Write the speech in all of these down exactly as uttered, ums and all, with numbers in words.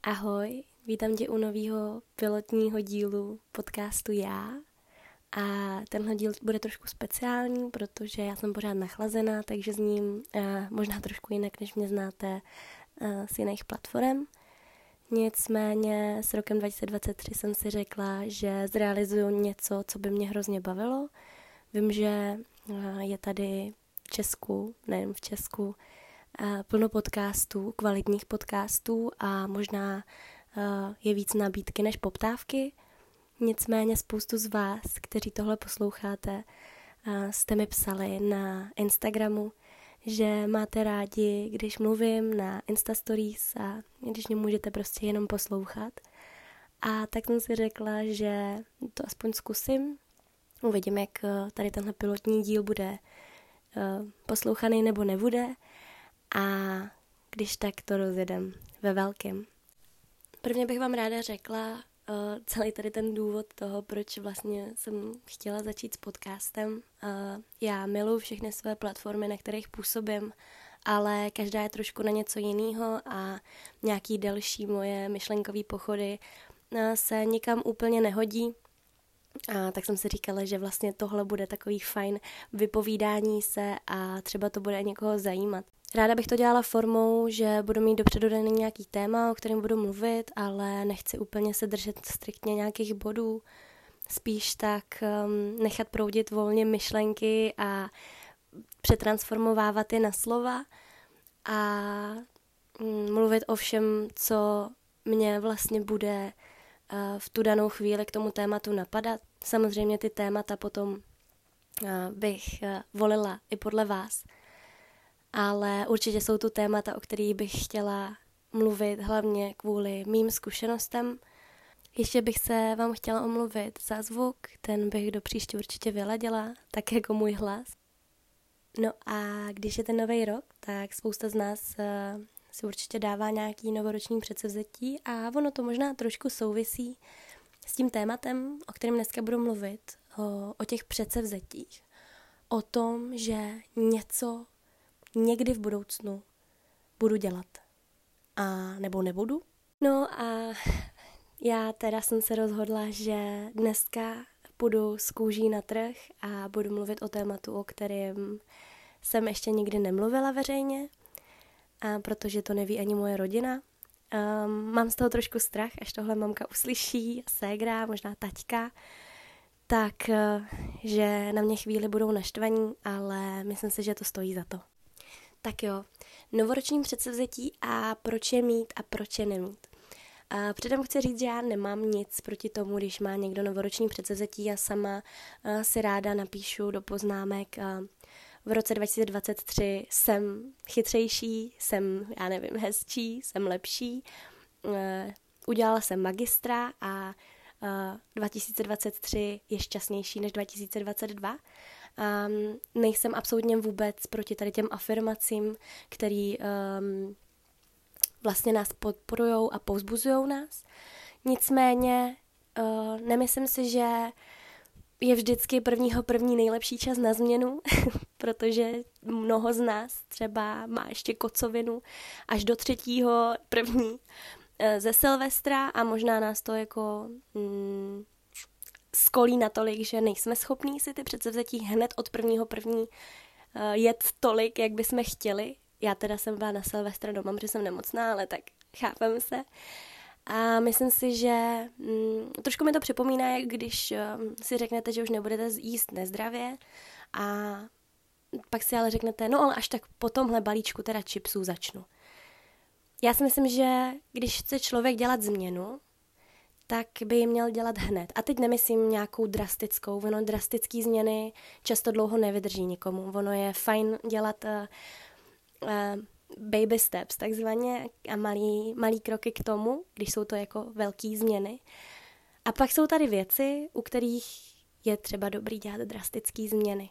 Ahoj, vítám tě u nového pilotního dílu podcastu Já. A tenhle díl bude trošku speciální, protože já jsem pořád nachlazená, takže zním uh, možná trošku jinak, než mě znáte uh, z jiných platform. Nicméně s rokem dva tisíce dvacet tři jsem si řekla, že zrealizuju něco, co by mě hrozně bavilo. Vím, že uh, je tady v Česku, nejen v Česku, uh, plno podcastů, kvalitních podcastů a možná uh, je víc nabídky než poptávky. Nicméně spoustu z vás, kteří tohle posloucháte, jste mi psali na Instagramu, že máte rádi, když mluvím na Instastories a když mě můžete prostě jenom poslouchat. A tak jsem si řekla, že to aspoň zkusím. Uvidím, jak tady tenhle pilotní díl bude poslouchaný nebo nebude. A když tak to rozjedem ve velkém. Prvně bych vám ráda řekla, Uh, celý tady ten důvod toho, proč vlastně jsem chtěla začít s podcastem. Uh, já miluji všechny své platformy, na kterých působím, ale každá je trošku na něco jiného a nějaký delší moje myšlenkové pochody uh, se nikam úplně nehodí. A tak jsem si říkala, že vlastně tohle bude takový fajn vypovídání se a třeba to bude někoho zajímat. Ráda bych to dělala formou, že budu mít dopředu daný nějaký téma, o kterém budu mluvit, ale nechci úplně se držet striktně nějakých bodů. Spíš tak um, nechat proudit volně myšlenky a přetransformovávat je na slova a um, mluvit o všem, co mě vlastně bude uh, v tu danou chvíli k tomu tématu napadat. Samozřejmě ty témata potom uh, bych uh, volila i podle vás. Ale určitě jsou tu témata, o kterých bych chtěla mluvit hlavně kvůli mým zkušenostem. Ještě bych se vám chtěla omluvit za zvuk, ten bych do příště určitě vyladila, tak jako můj hlas. No a když je ten nový rok, tak spousta z nás uh, si určitě dává nějaký novoroční předsevzetí a ono to možná trošku souvisí s tím tématem, o kterém dneska budu mluvit, o, o těch předsevzetích. O tom, že něco někdy v budoucnu budu dělat. A nebo nebudu. No a já teda jsem se rozhodla, že dneska půjdu z kůží na trh a budu mluvit o tématu, o kterém jsem ještě nikdy nemluvila veřejně, a protože to neví ani moje rodina. Um, mám z toho trošku strach, až tohle mamka uslyší, ségra, možná taťka, tak, že na mě chvíli budou naštvaní, ale myslím si, že to stojí za to. Tak jo, novoroční předsevzetí a proč je mít a proč je nemít. A předem chci říct, že já nemám nic proti tomu, když má někdo novoroční předsevzetí. Já sama uh, si ráda napíšu do poznámek. Uh, v roce dva tisíce dvacet tři jsem chytřejší, jsem, já nevím, hezčí, jsem lepší. Uh, udělala jsem magistra a uh, dva tisíce dvacet tři je šťastnější než dva tisíce dvacet dva. Um, nejsem absolutně vůbec proti tady těm afirmacím, který um, vlastně nás podporujou a povzbuzujou nás. Nicméně uh, nemyslím si, že je vždycky prvního první nejlepší čas na změnu, protože mnoho z nás třeba má ještě kocovinu až do třetího první uh, ze Silvestra a možná nás to jako... Mm, skolí natolik, že nejsme schopní si ty předsevzetí hned od prvního první uh, jet tolik, jak bychom chtěli. Já teda jsem byla na Silvestra doma, protože jsem nemocná, ale tak chápem se. A myslím si, že mm, trošku mi to připomíná, jak když um, si řeknete, že už nebudete jíst nezdravě a pak si ale řeknete, no ale až tak po tomhle balíčku teda chipsů začnu. Já si myslím, že když chce člověk dělat změnu, tak by ji měl dělat hned. A teď nemyslím nějakou drastickou. Ono drastické změny často dlouho nevydrží nikomu. Ono je fajn dělat uh, uh, baby steps, takzvaně, a malý, malý kroky k tomu, když jsou to jako velké změny. A pak jsou tady věci, u kterých je třeba dobrý dělat drastické změny.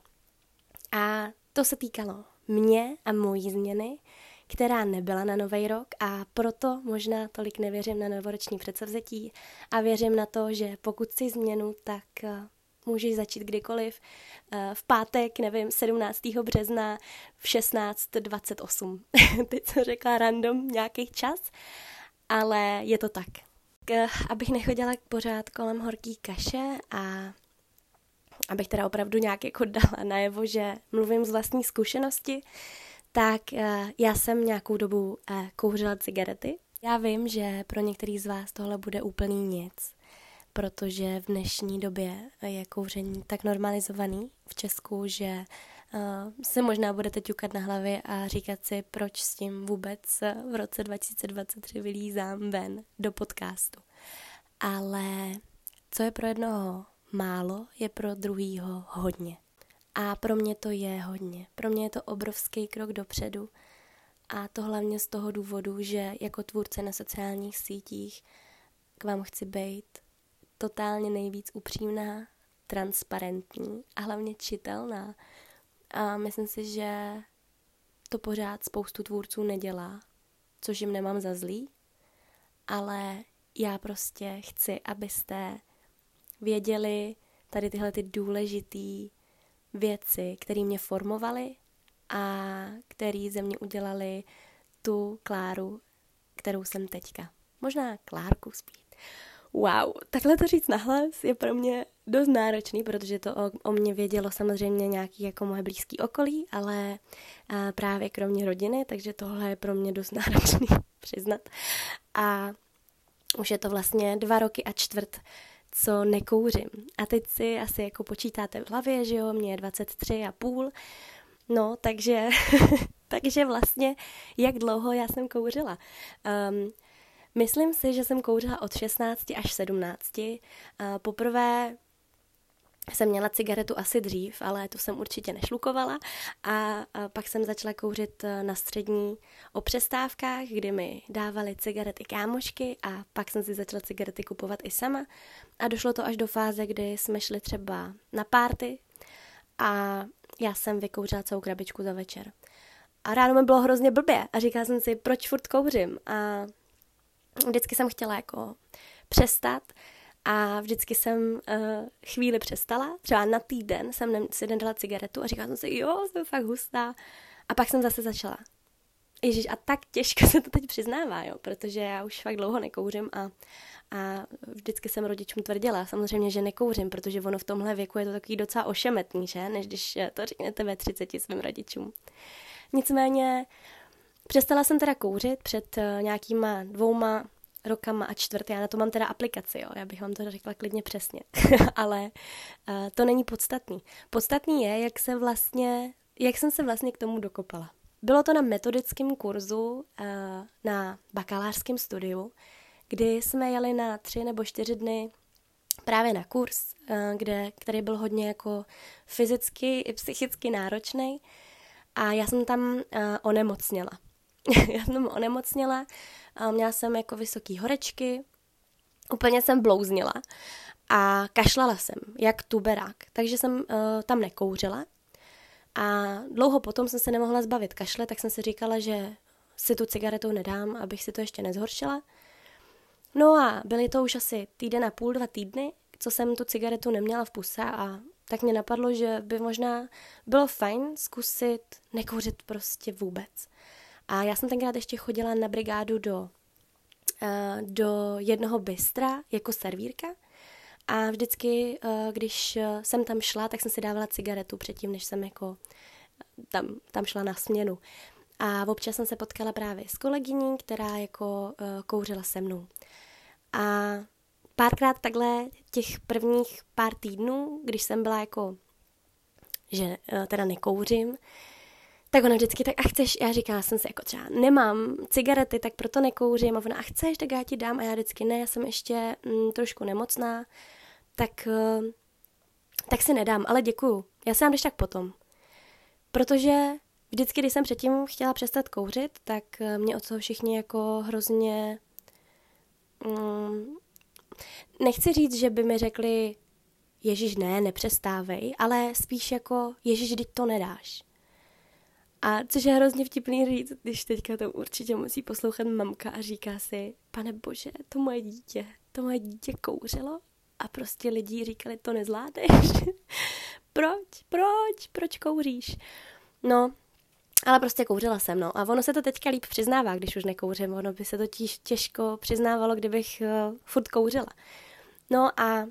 A to se týkalo mě a mojí změny, která nebyla na nový rok a proto možná tolik nevěřím na novoroční předsevzetí a věřím na to, že pokud chci změnu, tak uh, můžeš začít kdykoliv. Uh, v pátek, nevím, sedmnáctého března v šestnáct dvacet osm. Teď jsem řekla random nějaký čas. ale je to tak. K, abych nechodila pořád kolem horký kaše a abych teda opravdu nějak jako dala najevo, že mluvím z vlastní zkušenosti, tak uh, já jsem nějakou dobu uh, kouřila cigarety. Já vím, že pro některý z vás tohle bude úplný nic, protože v dnešní době je kouření tak normalizovaný v Česku, že uh, se možná budete ťukat na hlavě a říkat si, proč s tím vůbec v roce dva tisíce dvacet tři vylízám ven do podcastu. Ale co je pro jednoho málo, je pro druhýho hodně. A pro mě to je hodně. Pro mě je to obrovský krok dopředu. A to hlavně z toho důvodu, že jako tvůrce na sociálních sítích k vám chci být totálně nejvíc upřímná, transparentní a hlavně čitelná. A myslím si, že to pořád spoustu tvůrců nedělá, což jim nemám za zlý, ale já prostě chci, abyste věděli tady tyhle ty důležitý věci, které mě formovaly a které ze mě udělali tu Kláru, kterou jsem teďka. Možná Klárku spíš. Wow, takhle to říct nahlas je pro mě dost náročný, protože to o, o mě vědělo samozřejmě nějaký jako moje blízký okolí, ale a právě kromě rodiny, takže tohle je pro mě dost náročný přiznat. A už je to vlastně dva roky a čtvrt, co nekouřím. A teď si asi jako počítáte v hlavě, že jo, mě je dvacet tři a půl, no, takže, takže vlastně jak dlouho já jsem kouřila. Um, myslím si, že jsem kouřila od šestnácti až sedmnácti. Uh, poprvé jsem měla cigaretu asi dřív, ale tu jsem určitě nešlukovala a, a pak jsem začala kouřit na střední o přestávkách, kdy mi dávali cigarety kámošky a pak jsem si začala cigarety kupovat i sama a došlo to až do fáze, kdy jsme šli třeba na párty a já jsem vykouřila celou krabičku za večer. A ráno mi bylo hrozně blbě a říkala jsem si, proč furt kouřím a vždycky jsem chtěla jako přestat. A vždycky jsem uh, chvíli přestala, třeba na týden jsem ne- si nedala cigaretu a říkala jsem si, jo, jsem fakt hustá. A pak jsem zase začala. Ježiš, a tak těžko se to teď přiznává, jo, protože já už fakt dlouho nekouřím a, a vždycky jsem rodičům tvrdila, samozřejmě, že nekouřím, protože ono v tomhle věku je to takový docela ošemetný, že, než když to řeknete ve třiceti svým rodičům. Nicméně přestala jsem teda kouřit před uh, nějakýma dvouma rokama a čtvrt, já na to mám teda aplikaci, jo, já bych vám to řekla klidně přesně, ale uh, to není podstatný. Podstatný je, jak se vlastně, jak jsem se vlastně k tomu dokopala. Bylo to na metodickém kurzu uh, na bakalářském studiu, kdy jsme jeli na tři nebo čtyři dny právě na kurz, uh, kde, který byl hodně jako fyzicky i psychicky náročný a já jsem tam uh, onemocněla. Já jsem onemocněla, měla jsem jako vysoký horečky, úplně jsem blouznila a kašlala jsem, jak tuberák, takže jsem uh, tam nekouřila a dlouho potom jsem se nemohla zbavit kašle, tak jsem si říkala, že si tu cigaretu nedám, abych si to ještě nezhoršila. No a byly to už asi týden a půl, dva týdny, co jsem tu cigaretu neměla v puse a tak mě napadlo, že by možná bylo fajn zkusit nekouřit prostě vůbec. A já jsem tenkrát ještě chodila na brigádu do, uh, do jednoho bystra jako servírka a vždycky, uh, když jsem tam šla, tak jsem si dávala cigaretu předtím, než jsem jako tam, tam šla na směnu. A občas jsem se potkala právě s kolegyní, která jako uh, kouřila se mnou. A párkrát takhle těch prvních pár týdnů, když jsem byla jako, že uh, teda nekouřím, tak ona vždycky tak, a chceš, já říkala jsem si jako třeba, nemám cigarety, tak proto nekouřím, a ona, a chceš, tak já ti dám, a já vždycky ne, já jsem ještě mm, trošku nemocná, tak, uh, tak si nedám, ale děkuju, já se dám když tak potom. Protože vždycky, když jsem předtím chtěla přestat kouřit, tak mě od toho všichni jako hrozně, mm, nechci říct, že by mi řekli, Ježiš ne, nepřestávej, ale spíš jako, Ježiš, vždyť to nedáš. A což je hrozně vtipný říct, když teďka to určitě musí poslouchat mamka a říká si, pane bože, to moje dítě, to moje dítě kouřilo a prostě lidi říkali, to nezvládneš. Proč, proč, proč kouříš? No, Ale prostě kouřila jsem, no. A ono se to teďka líp přiznává, když už nekouřím. Ono by se to tíž těžko přiznávalo, kdybych uh, furt kouřila. No a,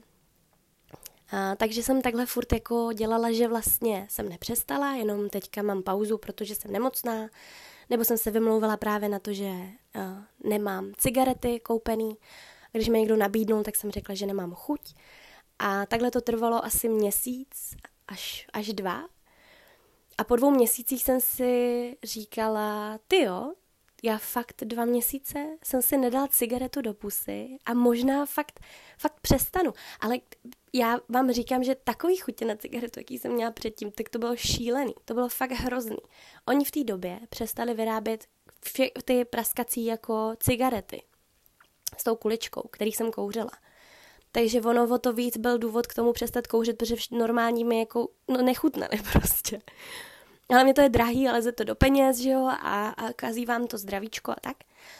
a takže jsem takhle furt jako dělala, že vlastně jsem nepřestala, jenom teďka mám pauzu, protože jsem nemocná, nebo jsem se vymlouvala právě na to, že uh, nemám cigarety koupený. A když mi někdo nabídnul, tak jsem řekla, že nemám chuť. A takhle to trvalo asi měsíc, až, až dva. A po dvou měsících jsem si říkala, tyjo, já fakt dva měsíce jsem si nedala cigaretu do pusy a možná fakt, fakt přestanu. Ale já vám říkám, že takový chutě na cigaretu, jaký jsem měla předtím, tak to bylo šílený. To bylo fakt hrozný. Oni v té době přestali vyrábět vše, ty praskací jako cigarety s tou kuličkou, který jsem kouřila. Takže ono o to víc byl důvod k tomu přestat kouřit, protože normální mi jako no, nechutnali prostě. Ale mě to je drahý, ale leze to do peněz, že jo, a, a kazí vám to zdravíčko a tak.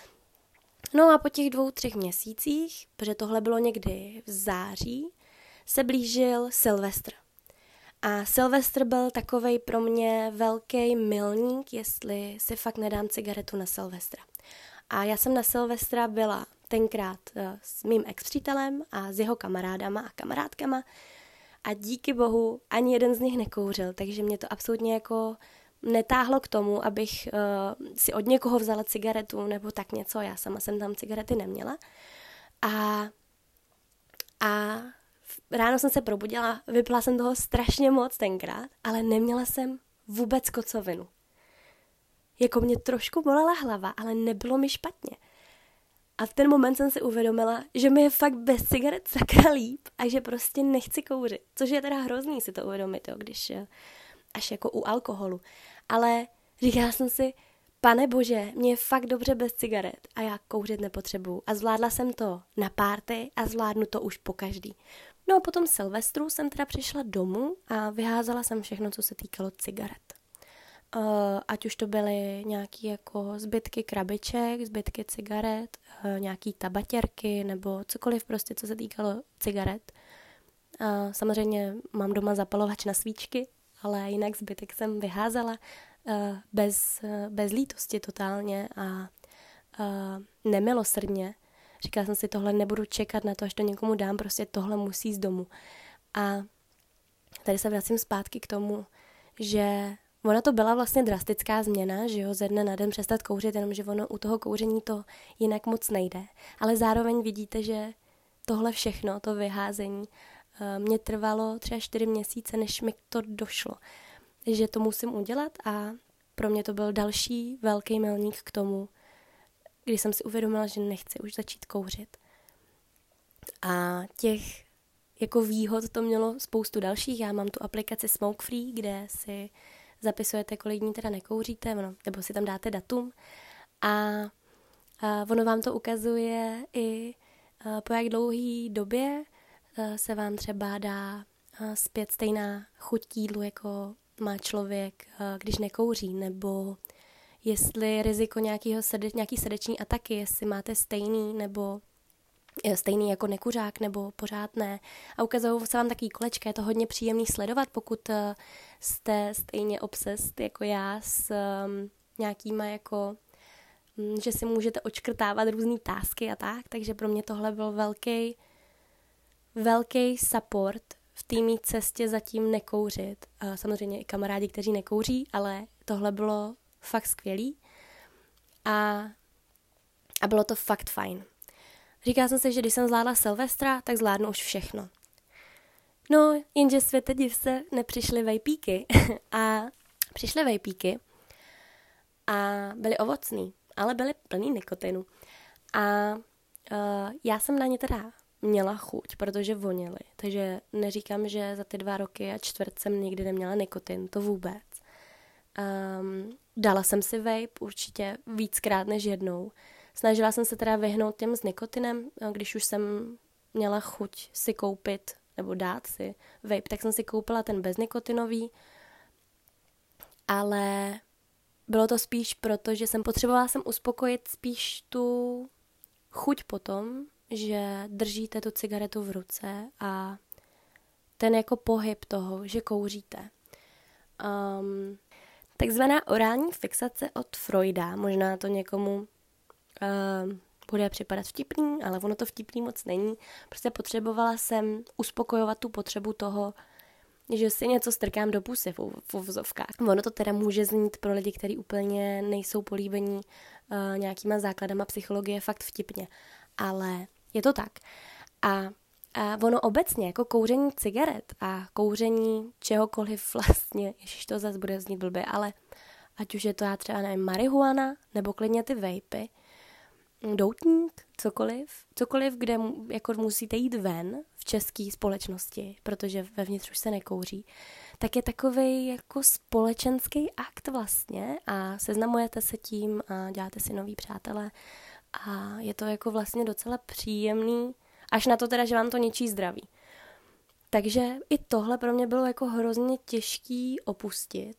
No a po těch dvou, třech měsících, protože tohle bylo někdy v září, se blížil Silvestr. A Silvestr byl takovej pro mě velký milník, jestli si fakt nedám cigaretu na Silvestra. A já jsem na Silvestra byla tenkrát s mým ex-přítelem a s jeho kamarádama a kamarádkama a díky bohu ani jeden z nich nekouřil, takže mě to absolutně jako netáhlo k tomu, abych uh, si od někoho vzala cigaretu nebo tak něco, já sama jsem tam cigarety neměla. A, a ráno jsem se probudila, vypila jsem toho strašně moc tenkrát, ale neměla jsem vůbec kocovinu. Jako mě trošku bolela hlava, ale nebylo mi špatně. A v ten moment jsem si uvědomila, že mi je fakt bez cigaret sakra líp a že prostě nechci kouřit. Což je teda hrozný si to uvědomit, jo, když až jako u alkoholu. Ale říkala jsem si, pane bože, mě je fakt dobře bez cigaret a já kouřit nepotřebuju. A zvládla jsem to na párty a zvládnu to už po každý. No a potom Silvestru jsem teda přišla domů a vyházela jsem všechno, co se týkalo cigaret. Uh, ať už to byly nějaký jako zbytky krabiček, zbytky cigaret, uh, nějaký tabatěrky nebo cokoliv prostě, co se týkalo cigaret. Uh, samozřejmě mám doma zapalovač na svíčky, ale jinak zbytek jsem vyházela uh, bez, uh, bez lítosti totálně a uh, nemilosrdně. Říkala jsem si, tohle nebudu čekat na to, až to někomu dám, prostě tohle musí z domu. A tady se vracím zpátky k tomu, že ona to byla vlastně drastická změna, že jo, ze dne na den přestat kouřit, jenomže ono u toho kouření to jinak moc nejde. Ale zároveň vidíte, že tohle všechno, to vyházení, mě trvalo třeba čtyři měsíce, než mi to došlo. Že to musím udělat a pro mě to byl další velký milník k tomu, kdy jsem si uvědomila, že nechci už začít kouřit. A těch jako výhod to mělo spoustu dalších. Já mám tu aplikaci Smoke Free, kde si zapisujete, kolik dní teda nekouříte, no, nebo si tam dáte datum a, a ono vám to ukazuje i a, po jak dlouhý době a, se vám třeba dá a, zpět stejná chuť k jídlu, jako má člověk, a, když nekouří, nebo jestli riziko nějakého srde, nějaký srdeční ataky, jestli máte stejný nebo stejný jako nekuřák nebo pořád ne. A ukazují se vám takový kolečka, je to hodně příjemný sledovat, pokud jste stejně obsessed jako já s um, nějakýma jako, um, že si můžete odškrtávat různý tásky a tak, takže pro mě tohle byl velký, velký support v té mý cestě zatím nekouřit. A samozřejmě i kamarádi, kteří nekouří, ale tohle bylo fakt skvělý a, a bylo to fakt fajn. Říkala jsem si, že když jsem zvládla Silvestra, tak zvládnu už všechno. No, jenže světe div se, nepřišly vejpíky. a přišly vejpíky a byly ovocný, ale byly plný nikotinu. A uh, já jsem na ně teda měla chuť, protože voněly. Takže neříkám, že za ty dva roky a čtvrt jsem nikdy neměla nikotin, to vůbec. Um, dala jsem si vape určitě víckrát než jednou. Snažila jsem se teda vyhnout těm s nikotinem, když už jsem měla chuť si koupit nebo dát si vape, tak jsem si koupila ten beznikotinový, ale bylo to spíš proto, že jsem potřebovala jsem uspokojit spíš tu chuť potom, že držíte tu cigaretu v ruce a ten jako pohyb toho, že kouříte. Um, Takzvaná orální fixace od Freuda, možná to někomu uh, bude připadat vtipný, ale ono to vtipný moc není. Prostě potřebovala jsem uspokojovat tu potřebu toho, že si něco strkám do pusy v uvozovkách. Ono to teda může znít pro lidi, kteří úplně nejsou políbení uh, nějakýma základama psychologie fakt vtipně, ale je to tak. A, a ono obecně, jako kouření cigaret a kouření čehokoliv vlastně, ježiš, to zase bude znít blbě, ale ať už je to já třeba nevím, marihuana, nebo klidně ty vejpy, doutník, cokoliv, cokoliv, kde jako musíte jít ven v české společnosti, protože vevnitř už se nekouří, tak je takovej jako společenský akt vlastně a seznamujete se tím a děláte si nový přátelé a je to jako vlastně docela příjemný, až na to teda, že vám to ničí zdraví. Takže i tohle pro mě bylo jako hrozně těžký opustit,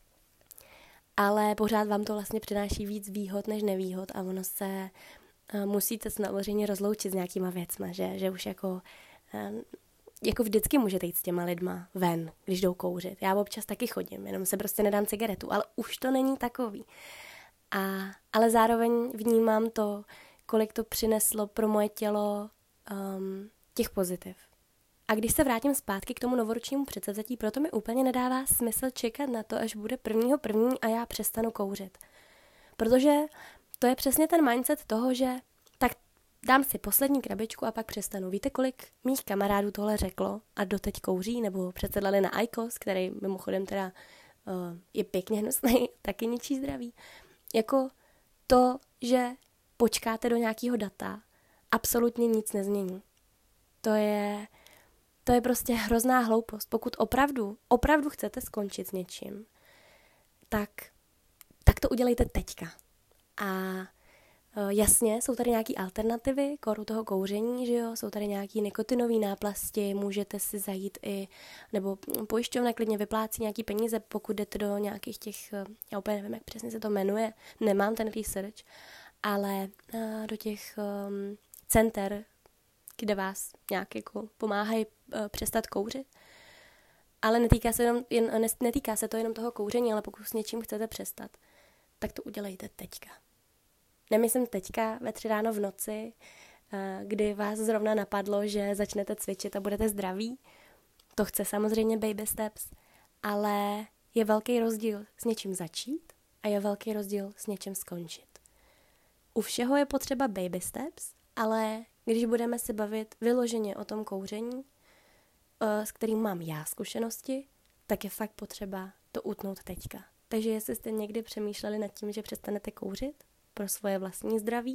ale pořád vám to vlastně přináší víc výhod než nevýhod a ono se uh, musíte samozřejmě rozloučit s nějakýma věcma, že, že už jako, uh, jako vždycky můžete jít s těma lidma ven, když jdou kouřit. Já občas taky chodím, jenom se prostě nedám cigaretu, ale už to není takový. A, ale zároveň vnímám to, kolik to přineslo pro moje tělo um, těch pozitiv. A když se vrátím zpátky k tomu novoročnímu předsevzetí, proto mi úplně nedává smysl čekat na to, až bude prvního první a já přestanu kouřit. Protože to je přesně ten mindset toho, že tak dám si poslední krabičku a pak přestanu. Víte, kolik mých kamarádů tohle řeklo a doteď kouří, nebo přesedlali na Aikos, který mimochodem teda uh, je pěkně hnusný, taky ničí zdraví. Jako to, že počkáte do nějakého data, absolutně nic nezmění. To je... To je prostě hrozná hloupost. Pokud opravdu, opravdu chcete skončit s něčím, tak, tak to udělejte teďka. A jasně, jsou tady nějaké alternativy k toho kouření, že jo? Jsou tady nějaké nikotinové náplasti, můžete si zajít i, nebo pojišťovna klidně vyplácí nějaký peníze, pokud jdete do nějakých těch, já úplně nevím, jak přesně se to jmenuje, nemám ten research, ale do těch um, center, kde vás nějak jako pomáhají uh, přestat kouřit. Ale netýká se, jenom, jen, netýká se to jenom toho kouření, ale pokud s něčím chcete přestat, tak to udělejte teďka. Nemyslím teďka ve tři ráno v noci, uh, kdy vás zrovna napadlo, že začnete cvičit a budete zdraví. To chce samozřejmě baby steps, ale je velký rozdíl s něčím začít a je velký rozdíl s něčím skončit. U všeho je potřeba baby steps, ale když budeme se bavit vyloženě o tom kouření, s kterým mám já zkušenosti, tak je fakt potřeba to utnout teďka. Takže jestli jste někdy přemýšleli nad tím, že přestanete kouřit pro svoje vlastní zdraví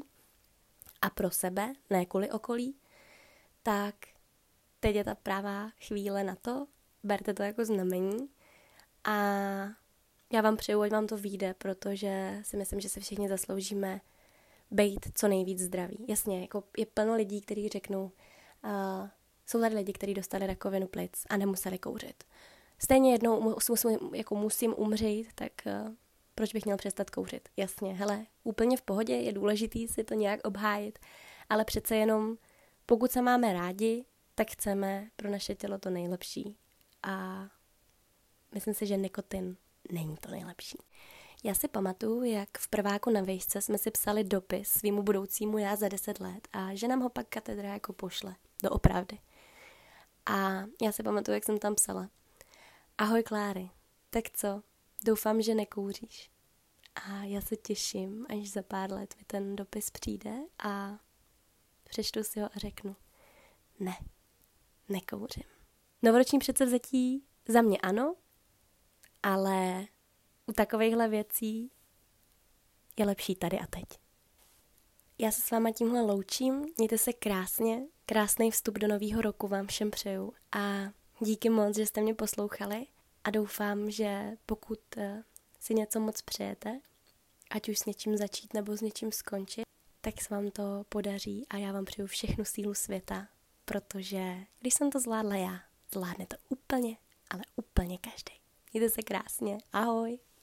a pro sebe, ne kvůli okolí, tak teď je ta pravá chvíle na to, berte to jako znamení a já vám přeju, ať vám to vyjde, protože si myslím, že se všichni zasloužíme být co nejvíc zdraví. Jasně, jako je plno lidí, kteří řeknou, uh, jsou tady lidi, kteří dostali rakovinu plic a nemuseli kouřit. Stejně jednou musím, jako musím umřít, tak uh, proč bych měl přestat kouřit? Jasně, hele, úplně v pohodě, je důležitý si to nějak obhájit, ale přece jenom, pokud se máme rádi, tak chceme pro naše tělo to nejlepší. A myslím si, že nikotin není to nejlepší. Já si pamatuju, jak v prváku na vejšce jsme si psali dopis svýmu budoucímu já za deset let a že nám ho pak katedra jako pošle doopravdy. A já si pamatuju, jak jsem tam psala. Ahoj Kláry, tak co? Doufám, že nekouříš. A já se těším, až za pár let mi ten dopis přijde a přečtu si ho a řeknu. Ne, nekouřím. Novoroční předsevzetí za mě ano, ale u takovejhle věcí je lepší tady a teď. Já se s váma tímhle loučím, mějte se krásně, krásný vstup do nového roku vám všem přeju a díky moc, že jste mě poslouchali a doufám, že pokud si něco moc přejete, ať už s něčím začít nebo s něčím skončit, tak se vám to podaří a já vám přeju všechnu sílu světa, protože když jsem to zvládla já, zvládne to úplně, ale úplně každý. Mějte se krásně, ahoj!